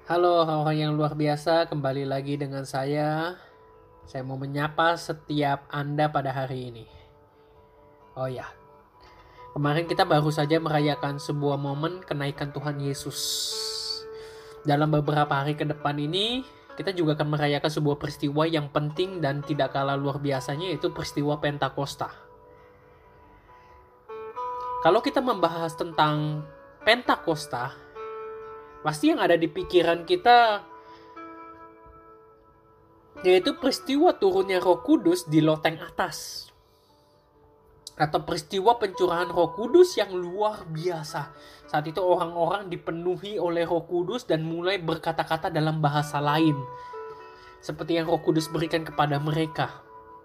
Halo orang yang luar biasa, kembali lagi dengan saya. Saya mau menyapa setiap Anda pada hari ini. Oh ya, kemarin kita baru saja merayakan sebuah momen kenaikan Tuhan Yesus. Dalam beberapa hari ke depan ini, kita juga akan merayakan sebuah peristiwa yang penting dan tidak kalah luar biasanya, yaitu peristiwa Pentakosta. Kalau kita membahas tentang Pentakosta, pasti yang ada di pikiran kita yaitu peristiwa turunnya Roh Kudus di loteng atas, atau peristiwa pencurahan Roh Kudus yang luar biasa. Saat itu orang-orang dipenuhi oleh Roh Kudus dan mulai berkata-kata dalam bahasa lain, seperti yang Roh Kudus berikan kepada mereka.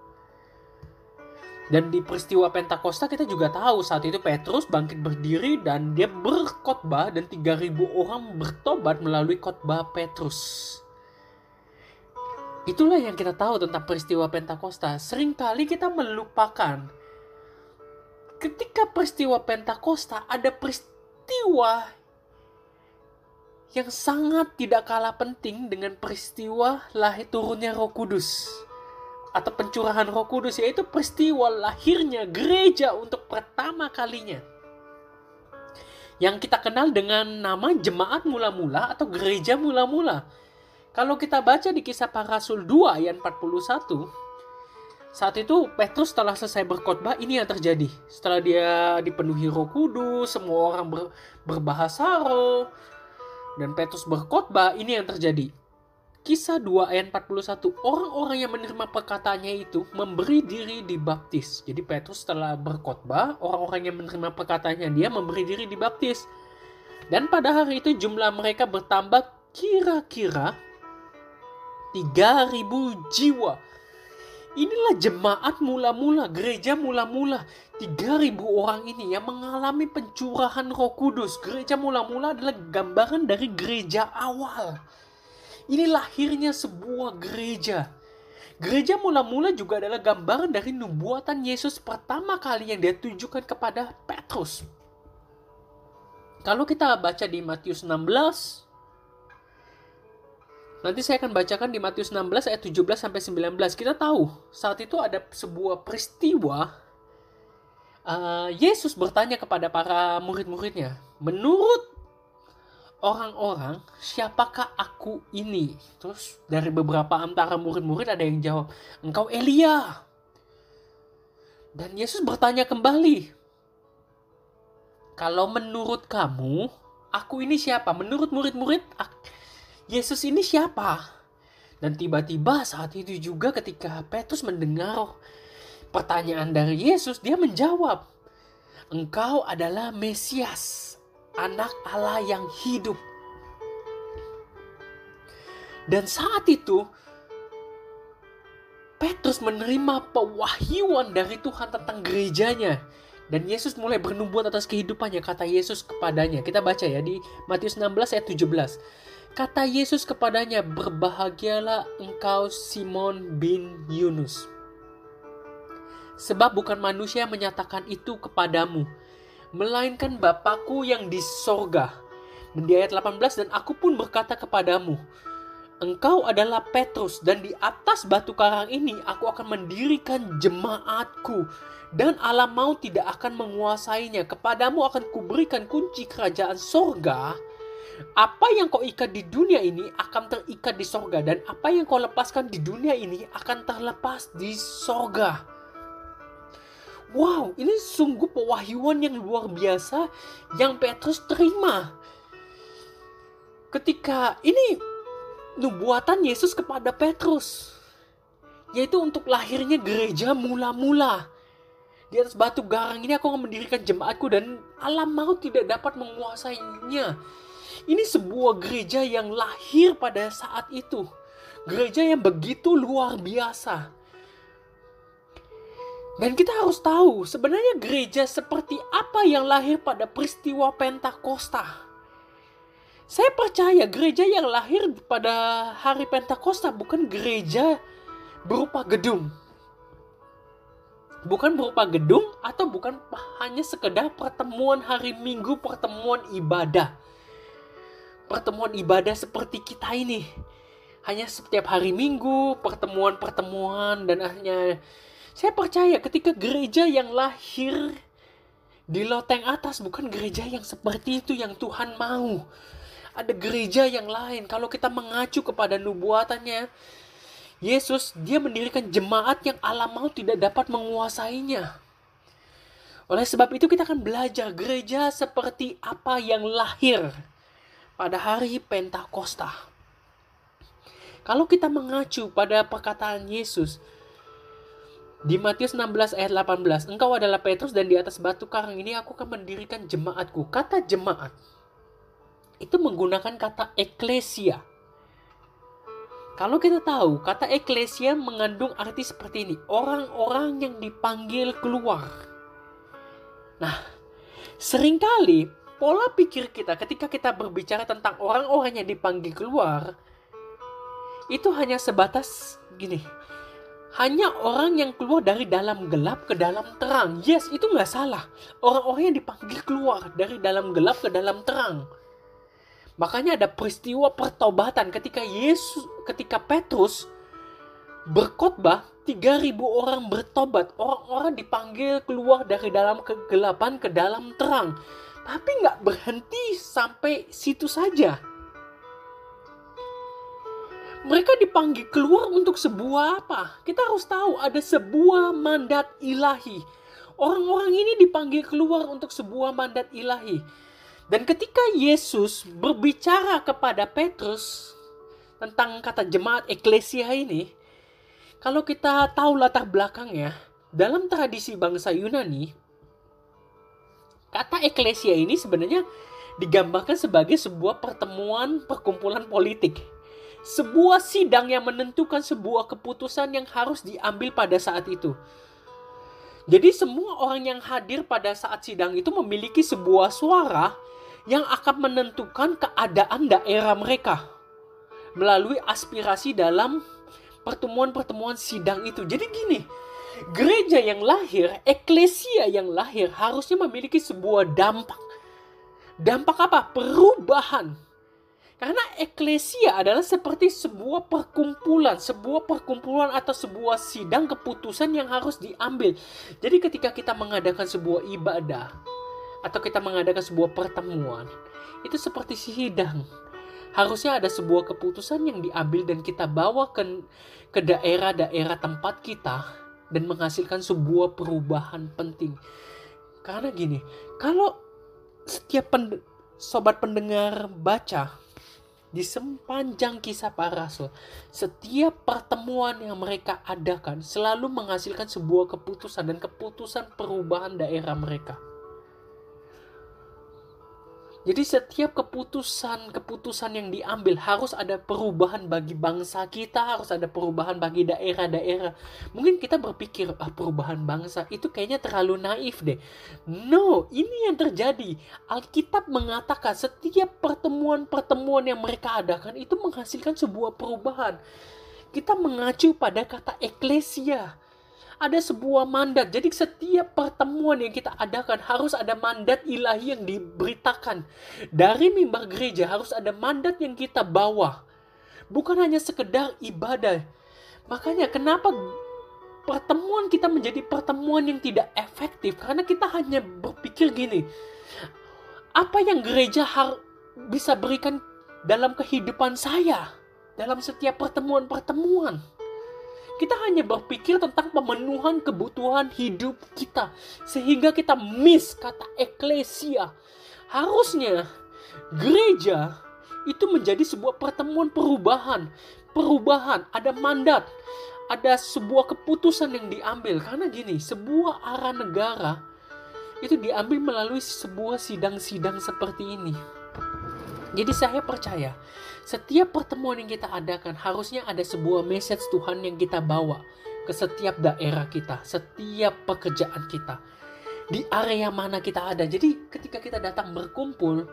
Dan di peristiwa Pentakosta kita juga tahu saat itu Petrus bangkit berdiri dan dia berkhotbah dan 3.000 orang bertobat melalui khotbah Petrus. Itulah yang kita tahu tentang peristiwa Pentakosta. Seringkali kita melupakan ketika peristiwa Pentakosta ada peristiwa yang sangat tidak kalah penting dengan peristiwa lahir turunnya Roh Kudus atau pencurahan Roh Kudus, yaitu peristiwa lahirnya gereja untuk pertama kalinya, yang kita kenal dengan nama jemaat mula-mula atau gereja mula-mula. Kalau kita baca di Kisah Para Rasul 2 ayat 41, saat itu Petrus setelah selesai berkhotbah, ini yang terjadi. Setelah dia dipenuhi Roh Kudus, semua orang berbahasa roh, dan Petrus berkhotbah, ini yang terjadi. Kisah 2 ayat 41, orang-orang yang menerima perkataannya itu memberi diri dibaptis. Jadi Petrus setelah berkhotbah, orang-orang yang menerima perkataannya dia memberi diri dibaptis. Dan pada hari itu jumlah mereka bertambah kira-kira 3.000 jiwa. Inilah jemaat mula-mula, gereja mula-mula. 3.000 orang ini yang mengalami pencurahan Roh Kudus. Gereja mula-mula adalah gambaran dari gereja awal. Ini lahirnya sebuah gereja. Gereja mula-mula juga adalah gambaran dari nubuatan Yesus pertama kali yang dia tunjukkan kepada Petrus. Kalau kita baca di Matius 16, nanti saya akan bacakan di Matius 16 ayat 17 sampai 19. Kita tahu saat itu ada sebuah peristiwa, Yesus bertanya kepada para murid-muridnya, menurut orang-orang, siapakah aku ini? Terus dari beberapa antara murid-murid ada yang jawab, engkau Elia. Dan Yesus bertanya kembali, kalau menurut kamu, aku ini siapa? Menurut murid-murid, Yesus ini siapa? Dan tiba-tiba saat itu juga ketika Petrus mendengar pertanyaan dari Yesus, dia menjawab, engkau adalah Mesias, anak Allah yang hidup. Dan saat itu Petrus menerima pewahyuan dari Tuhan tentang gerejanya. Dan Yesus mulai bernubuat atas kehidupannya. Kata Yesus kepadanya, kita baca ya di Matius 16 ayat 17. Kata Yesus kepadanya, berbahagialah engkau Simon bin Yunus, sebab bukan manusia yang menyatakan itu kepadamu, melainkan Bapakku yang di sorga. Dan di ayat 18, dan aku pun berkata kepadamu, engkau adalah Petrus, dan di atas batu karang ini aku akan mendirikan jemaatku, dan alam maut tidak akan menguasainya. Kepadamu akan kuberikan kunci kerajaan sorga. Apa yang kau ikat di dunia ini akan terikat di sorga, dan apa yang kau lepaskan di dunia ini akan terlepas di sorga. Wow, ini sungguh pewahyuan yang luar biasa yang Petrus terima. Ketika ini nubuatan Yesus kepada Petrus, yaitu untuk lahirnya gereja mula-mula. Di atas batu garang ini aku akan mendirikan jemaatku, dan alam maut tidak dapat menguasainya. Ini sebuah gereja yang lahir pada saat itu. Gereja yang begitu luar biasa. Dan kita harus tahu sebenarnya gereja seperti apa yang lahir pada peristiwa Pentakosta. Saya percaya gereja yang lahir pada hari Pentakosta bukan gereja berupa gedung. Bukan berupa gedung atau bukan hanya sekedar pertemuan hari Minggu, pertemuan ibadah. pertemuan ibadah seperti kita ini. Hanya setiap hari Minggu, pertemuan-pertemuan, dan akhirnya saya percaya ketika gereja yang lahir di loteng atas bukan gereja yang seperti itu yang Tuhan mau. Ada gereja yang lain. Kalau kita mengacu kepada nubuatannya, Yesus, dia mendirikan jemaat yang Allah mau tidak dapat menguasainya. Oleh sebab itu kita akan belajar gereja seperti apa yang lahir pada hari Pentakosta. Kalau kita mengacu pada perkataan Yesus di Matius 16 ayat 18, engkau adalah Petrus dan di atas batu karang ini aku akan mendirikan jemaatku. Kata jemaat itu menggunakan kata eklesia. Kalau kita tahu, kata eklesia mengandung arti seperti ini, orang-orang yang dipanggil keluar. Nah, seringkali pola pikir kita ketika kita berbicara tentang orang-orang yang dipanggil keluar, itu hanya sebatas gini, hanya orang yang keluar dari dalam gelap ke dalam terang. Yes, itu nggak salah. Orang-orang yang dipanggil keluar dari dalam gelap ke dalam terang. Makanya ada peristiwa pertobatan ketika Petrus berkhotbah, 3.000 orang bertobat. Orang-orang dipanggil keluar dari dalam kegelapan ke dalam terang. Tapi nggak berhenti sampai situ saja. Mereka dipanggil keluar untuk sebuah apa? Kita harus tahu ada sebuah mandat ilahi. Orang-orang ini dipanggil keluar untuk sebuah mandat ilahi. Dan ketika Yesus berbicara kepada Petrus tentang kata jemaat eklesia ini, kalau kita tahu latar belakangnya, dalam tradisi bangsa Yunani, kata eklesia ini sebenarnya digambarkan sebagai sebuah perkumpulan politik. Sebuah sidang yang menentukan sebuah keputusan yang harus diambil pada saat itu. Jadi semua orang yang hadir pada saat sidang itu memiliki sebuah suara yang akan menentukan keadaan daerah mereka melalui aspirasi dalam pertemuan-pertemuan sidang itu. Jadi gini, gereja yang lahir, eklesia yang lahir harusnya memiliki sebuah dampak. Dampak apa? Perubahan. Karena eklesia adalah seperti sebuah perkumpulan atau sebuah sidang keputusan yang harus diambil. Jadi ketika kita mengadakan sebuah ibadah atau kita mengadakan sebuah pertemuan, itu seperti sidang. Harusnya ada sebuah keputusan yang diambil dan kita bawa ke daerah-daerah tempat kita dan menghasilkan sebuah perubahan penting. Karena gini, kalau setiap sobat pendengar baca di sepanjang kisah para rasul, setiap pertemuan yang mereka adakan selalu menghasilkan sebuah keputusan dan keputusan perubahan daerah mereka. Jadi setiap keputusan yang diambil harus ada perubahan bagi bangsa kita, harus ada perubahan bagi daerah-daerah. Mungkin kita berpikir, perubahan bangsa itu kayaknya terlalu naif deh. No, ini yang terjadi. Alkitab mengatakan setiap pertemuan yang mereka adakan itu menghasilkan sebuah perubahan. Kita mengacu pada kata eklesia. Ada sebuah mandat. Jadi setiap pertemuan yang kita adakan harus ada mandat ilahi yang diberitakan. Dari mimbar gereja harus ada mandat yang kita bawa. Bukan hanya sekedar ibadah. Makanya kenapa pertemuan kita menjadi pertemuan yang tidak efektif? Karena kita hanya berpikir gini. Apa yang gereja bisa berikan dalam kehidupan saya? Dalam setiap pertemuan-pertemuan. Kita hanya berpikir tentang pemenuhan kebutuhan hidup kita. Sehingga kita miss kata eklesia. Harusnya gereja itu menjadi sebuah pertemuan perubahan. Perubahan, ada mandat. Ada sebuah keputusan yang diambil. Karena gini, sebuah arah negara itu diambil melalui sebuah sidang-sidang seperti ini. Jadi saya percaya setiap pertemuan yang kita adakan harusnya ada sebuah message Tuhan yang kita bawa ke setiap daerah kita, setiap pekerjaan kita, di area mana kita ada. Jadi ketika kita datang berkumpul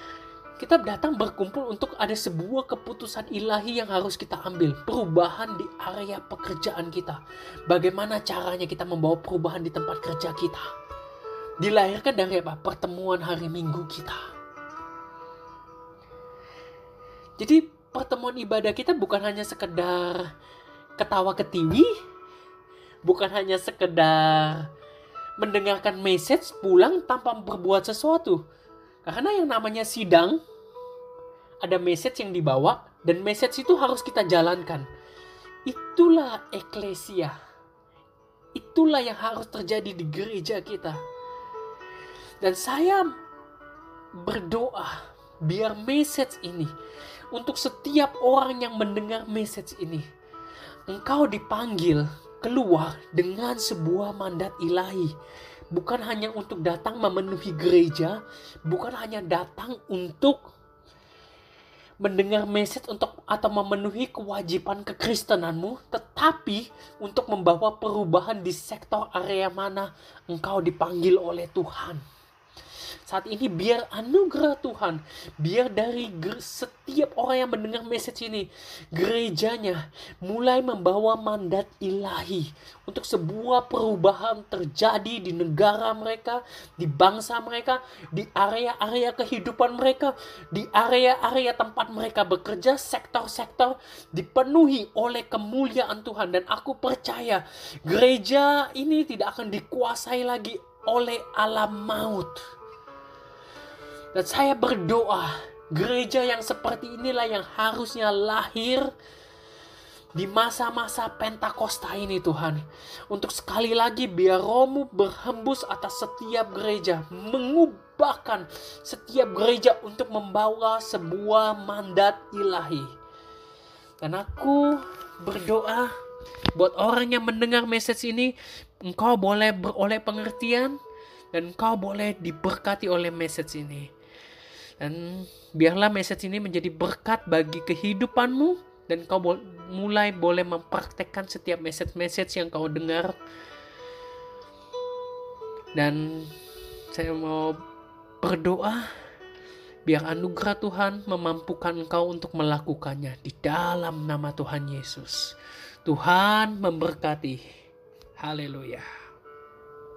untuk ada sebuah keputusan ilahi yang harus kita ambil. Perubahan di area pekerjaan kita. Bagaimana caranya kita membawa perubahan di tempat kerja kita. Dilahirkan dari apa? Pertemuan hari Minggu kita. Jadi pertemuan ibadah kita bukan hanya sekedar ketawa ketiwi, bukan hanya sekedar mendengarkan message pulang tanpa berbuat sesuatu. Karena yang namanya sidang, ada message yang dibawa, dan message itu harus kita jalankan. Itulah eklesia. Itulah yang harus terjadi di gereja kita. Dan saya berdoa biar message ini, untuk setiap orang yang mendengar message ini, engkau dipanggil keluar dengan sebuah mandat ilahi. Bukan hanya untuk datang memenuhi gereja, bukan hanya datang untuk mendengar message atau memenuhi kewajiban kekristenanmu, tetapi untuk membawa perubahan di sektor area mana engkau dipanggil oleh Tuhan. Saat ini biar anugerah Tuhan, biar dari setiap orang yang mendengar message ini, gerejanya mulai membawa mandat ilahi untuk sebuah perubahan terjadi di negara mereka, di bangsa mereka, di area-area kehidupan mereka, di area-area tempat mereka bekerja, sektor-sektor dipenuhi oleh kemuliaan Tuhan. Dan aku percaya gereja ini tidak akan dikuasai lagi oleh alam maut. Dan saya berdoa, gereja yang seperti inilah yang harusnya lahir di masa-masa Pentakosta ini Tuhan. Untuk sekali lagi biar Roh-Mu berhembus atas setiap gereja, mengubahkan setiap gereja untuk membawa sebuah mandat ilahi. Dan aku berdoa buat orang yang mendengar message ini, engkau boleh beroleh pengertian dan engkau boleh diberkati oleh message ini. Dan biarlah message ini menjadi berkat bagi kehidupanmu, dan kau mulai boleh mempraktekkan setiap message yang kau dengar. Dan saya mau berdoa biar anugerah Tuhan memampukan engkau untuk melakukannya di dalam nama Tuhan Yesus. Tuhan memberkati. Haleluya.